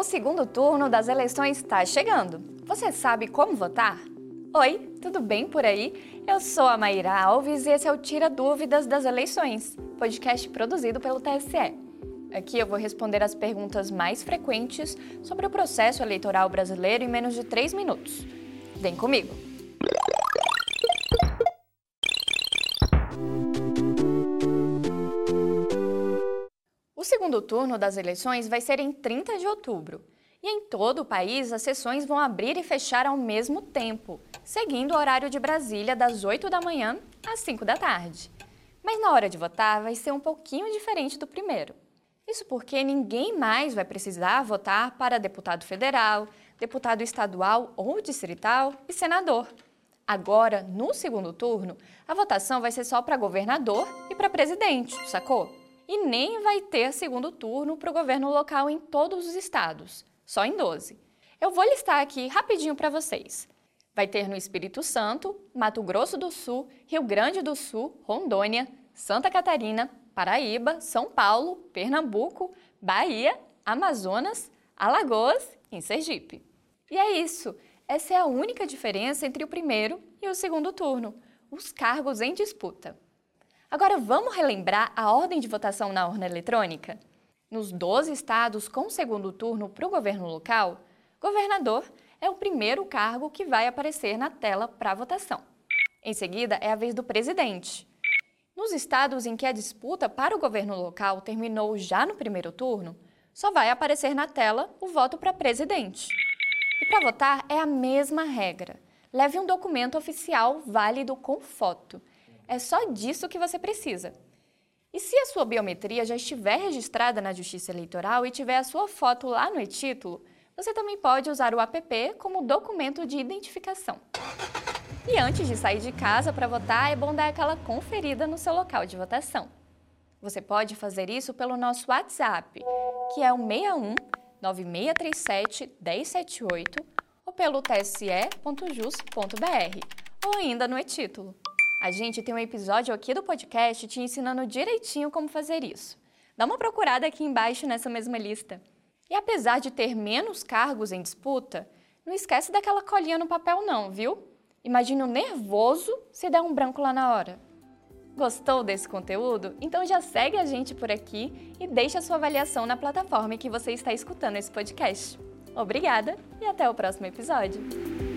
O segundo turno das eleições está chegando. Você sabe como votar? Oi, tudo bem por aí? Eu sou a Maíra Alves e esse é o Tira Dúvidas das Eleições, podcast produzido pelo TSE. Aqui eu vou responder as perguntas mais frequentes sobre o processo eleitoral brasileiro em menos de 3 minutos. Vem comigo! O segundo turno das eleições vai ser em 30 de outubro. E em todo o país, as sessões vão abrir e fechar ao mesmo tempo, seguindo o horário de Brasília das 8 da manhã às 5 da tarde. Mas na hora de votar vai ser um pouquinho diferente do primeiro. Isso porque ninguém mais vai precisar votar para deputado federal, deputado estadual ou distrital e senador. Agora, no segundo turno, a votação vai ser só para governador e para presidente, sacou? E nem vai ter segundo turno para o governo local em todos os estados, só em 12. Eu vou listar aqui rapidinho para vocês. Vai ter no Espírito Santo, Mato Grosso do Sul, Rio Grande do Sul, Rondônia, Santa Catarina, Paraíba, São Paulo, Pernambuco, Bahia, Amazonas, Alagoas e em Sergipe. E é isso. Essa é a única diferença entre o primeiro e o segundo turno, os cargos em disputa. Agora vamos relembrar a ordem de votação na urna eletrônica? Nos 12 estados com segundo turno para o governo local, governador é o primeiro cargo que vai aparecer na tela para votação. Em seguida é a vez do presidente. Nos estados em que a disputa para o governo local terminou já no primeiro turno, só vai aparecer na tela o voto para presidente. E para votar é a mesma regra. Leve um documento oficial válido com foto. É só disso que você precisa. E se a sua biometria já estiver registrada na Justiça Eleitoral e tiver a sua foto lá no e-título, você também pode usar o app como documento de identificação. E antes de sair de casa para votar, é bom dar aquela conferida no seu local de votação. Você pode fazer isso pelo nosso WhatsApp, que é o 61 9637 1078, ou pelo tse.jus.br, ou ainda no e-título. A gente tem um episódio aqui do podcast te ensinando direitinho como fazer isso. Dá uma procurada aqui embaixo nessa mesma lista. E apesar de ter menos cargos em disputa, não esquece daquela colinha no papel não, viu? Imagine o nervoso se der um branco lá na hora. Gostou desse conteúdo? Então já segue a gente por aqui e deixa a sua avaliação na plataforma em que você está escutando esse podcast. Obrigada e até o próximo episódio!